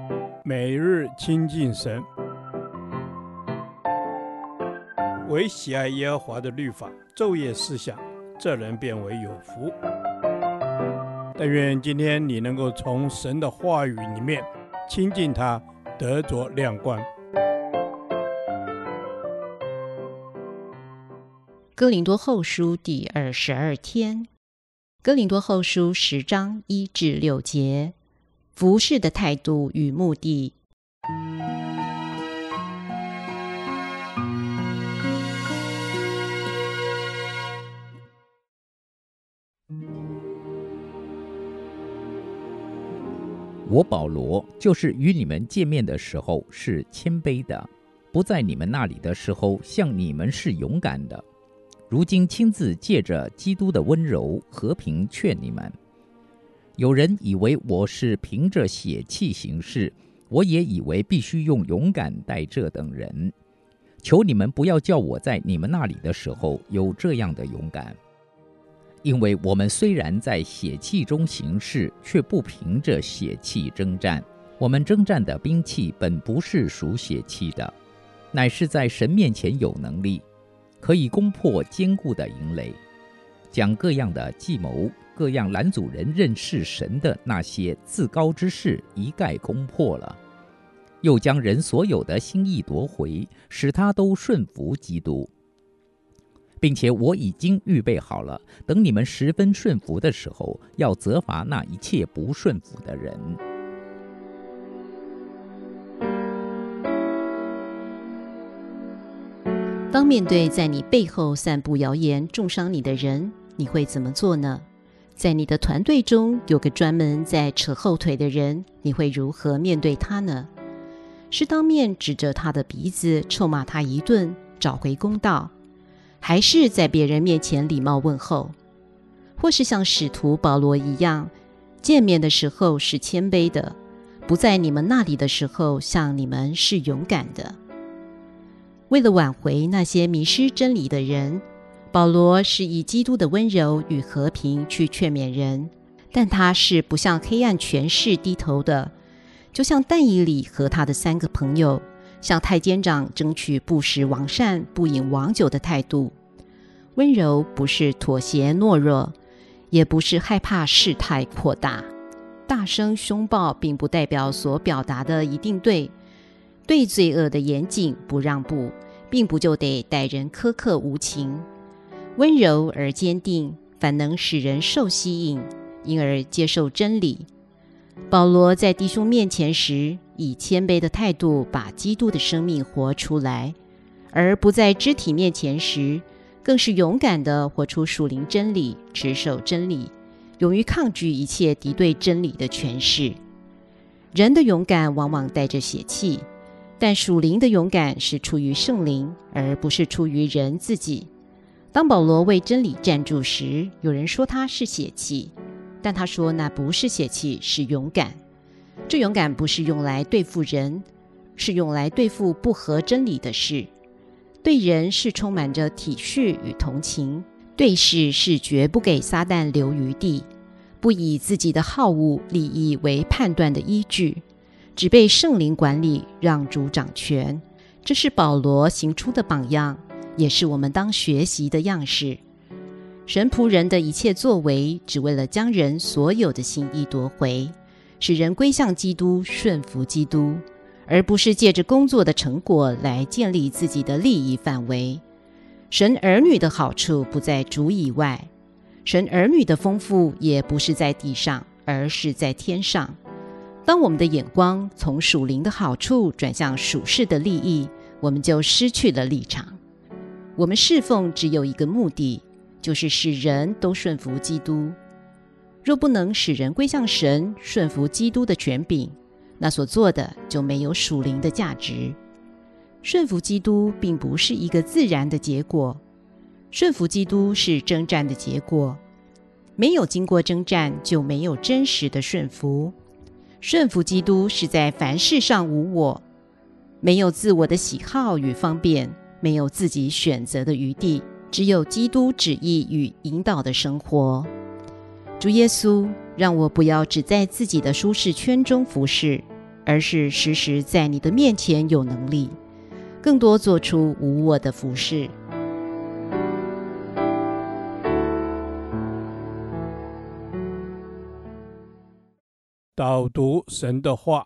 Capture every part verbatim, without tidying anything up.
每日亲近神，唯喜爱耶和华的律法，昼夜思想，这人变为有福。但愿今天你能够从神的话语里面亲近他，得着亮光。 哥林多后书第二十二天，哥林多后书十章一至六节，服事的态度与目的。 我保罗就是与你们见面的时候是谦卑的，不在你们那里的时候像你们是勇敢的。如今亲自借着基督的温柔和平劝你们。有人以为我是凭着血气行事，我也以为必须用勇敢待这等人。求你们不要叫我在你们那里的时候有这样的勇敢。因为我们虽然在血气中行事，却不凭着血气征战。我们征战的兵器本不是属血气的，乃是在神面前有能力，可以攻破坚固的营垒，将各样的计谋、各样拦阻人认识神的那些自高之事一概攻破了，又将人所有的心意夺回，使他都顺服基督。并且我已经预备好了，等你们十分顺服的时候，要责罚那一切不顺服的人。 当面对在你背后散布谣言、重伤你的人，你会怎么做呢？在你的团队中有个专门在扯后腿的人，你会如何面对他呢？是当面指着他的鼻子臭骂他一顿，找回公道，还是在别人面前礼貌问候？或是像使徒保罗一样，见面的时候是谦卑的，不在你们那里的时候像你们是勇敢的？为了挽回那些迷失真理的人，保罗是以基督的温柔与和平去劝勉人，但他是不向黑暗权势低头的，就像但以理和他的三个朋友向太监长争取不食王膳不饮王酒的态度。温柔不是妥协懦弱，也不是害怕事态扩大。大声凶暴并不代表所表达的一定对，对罪恶的严谨不让步，并不就得待人苛刻无情。温柔而坚定，反能使人受吸引，因而接受真理。保罗在弟兄面前时，以谦卑的态度把基督的生命活出来，而不在肢体面前时，更是勇敢地活出属灵真理，持守真理，勇于抗拒一切敌对真理的权势。人的勇敢往往带着血气，但属灵的勇敢是出于圣灵，而不是出于人自己。当保罗为真理站住时，有人说他是血气，但他说那不是血气，是勇敢。这勇敢不是用来对付人，是用来对付不合真理的事。对人是充满着体恤与同情，对事是绝不给撒旦留余地，不以自己的好恶利益为判断的依据，只被圣灵管理，让主掌权。这是保罗行出的榜样，也是我们当学习的样式。神仆人的一切作为，只为了将人所有的心意夺回，使人归向基督，顺服基督，而不是借着工作的成果来建立自己的利益范围。神儿女的好处不在主以外，神儿女的丰富也不是在地上，而是在天上。当我们的眼光从属灵的好处转向属世的利益，我们就失去了立场。我们侍奉只有一个目的，就是使人都顺服基督。若不能使人归向神，顺服基督的权柄，那所做的就没有属灵的价值。顺服基督并不是一个自然的结果，顺服基督是征战的结果。没有经过征战，就没有真实的顺服。顺服基督是在凡事上无我，没有自我的喜好与方便，没有自己选择的余地，只有基督旨意与引导的生活。主耶稣，让我不要只在自己的舒适圈中服侍， 而是时时在你的面前有能力，更多做出无我的服事。 导读神的话。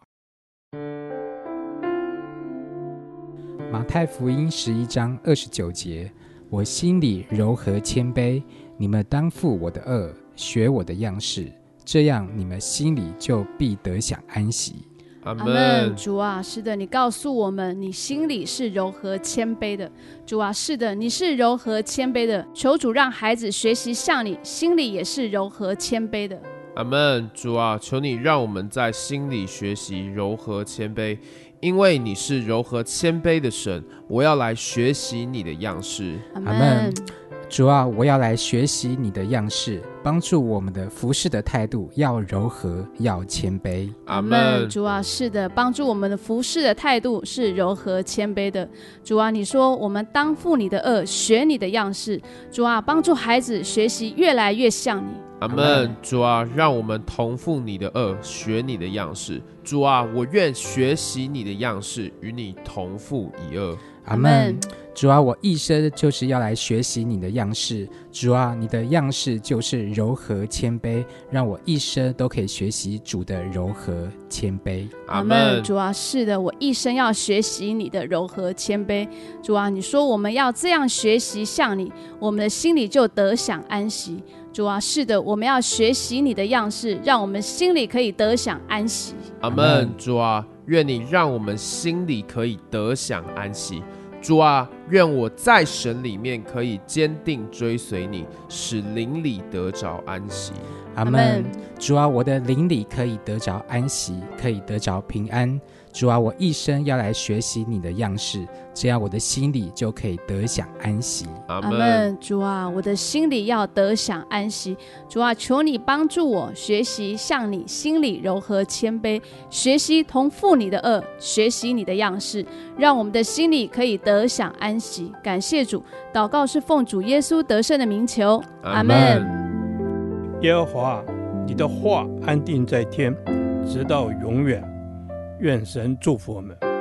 马太福音十一章二十九节，我心里柔和谦卑，你们当负我的恶，学我的样式，这样你们心里就必得享安息。 阿们。主啊，是的，你告诉我们你心里是柔和谦卑的。主啊，是的，你是柔和谦卑的，求主让孩子学习像你，心里也是柔和谦卑的。 阿们。主啊，求你让我们在心里学习柔和谦卑，因为你是柔和谦卑的神，我要来学习你的样式。 阿们。 主啊，我要来学习你的样式，帮助我们的服事的态度要柔和，要谦卑。 阿们。 主啊，是的，帮助我们的服事的态度是柔和谦卑的。主啊，你说我们当负你的恶，学你的样式。主啊，帮助孩子学习越来越像你。 阿们。主啊，让我们同负你的恶，学你的样式。主啊，我愿学习你的样式，与你同负一恶。 阿们。主啊，我一生就是要来学习你的样式。主啊，你的样式就是柔和谦卑，让我一生都可以学习主的柔和谦卑。 阿们。主啊，是的，我一生要学习你的柔和谦卑。主啊，你说我们要这样学习像你，我们的心里就得享安息。主啊，是的，我们要学习你的样式，让我们心里可以得享安息。 阿们。主啊，愿你让我们心里可以得享安息。主啊，愿我在神里面可以坚定追随你，使灵里得着安息。 阿们。主啊，我的灵里可以得着安息，可以得着平安。主啊，我一生要来学习你的样式，这样我的心里就可以得享安息。 阿们。主啊，我的心里要得享安息。主啊，求你帮助我学习像你，心里柔和谦卑，学习同负你的恶，学习你的样式，让我们的心里可以得享安息。感谢主，祷告是奉主耶稣得胜的名求。阿们。 耶和华，你的话安定在天，直到永远。愿神祝福我们。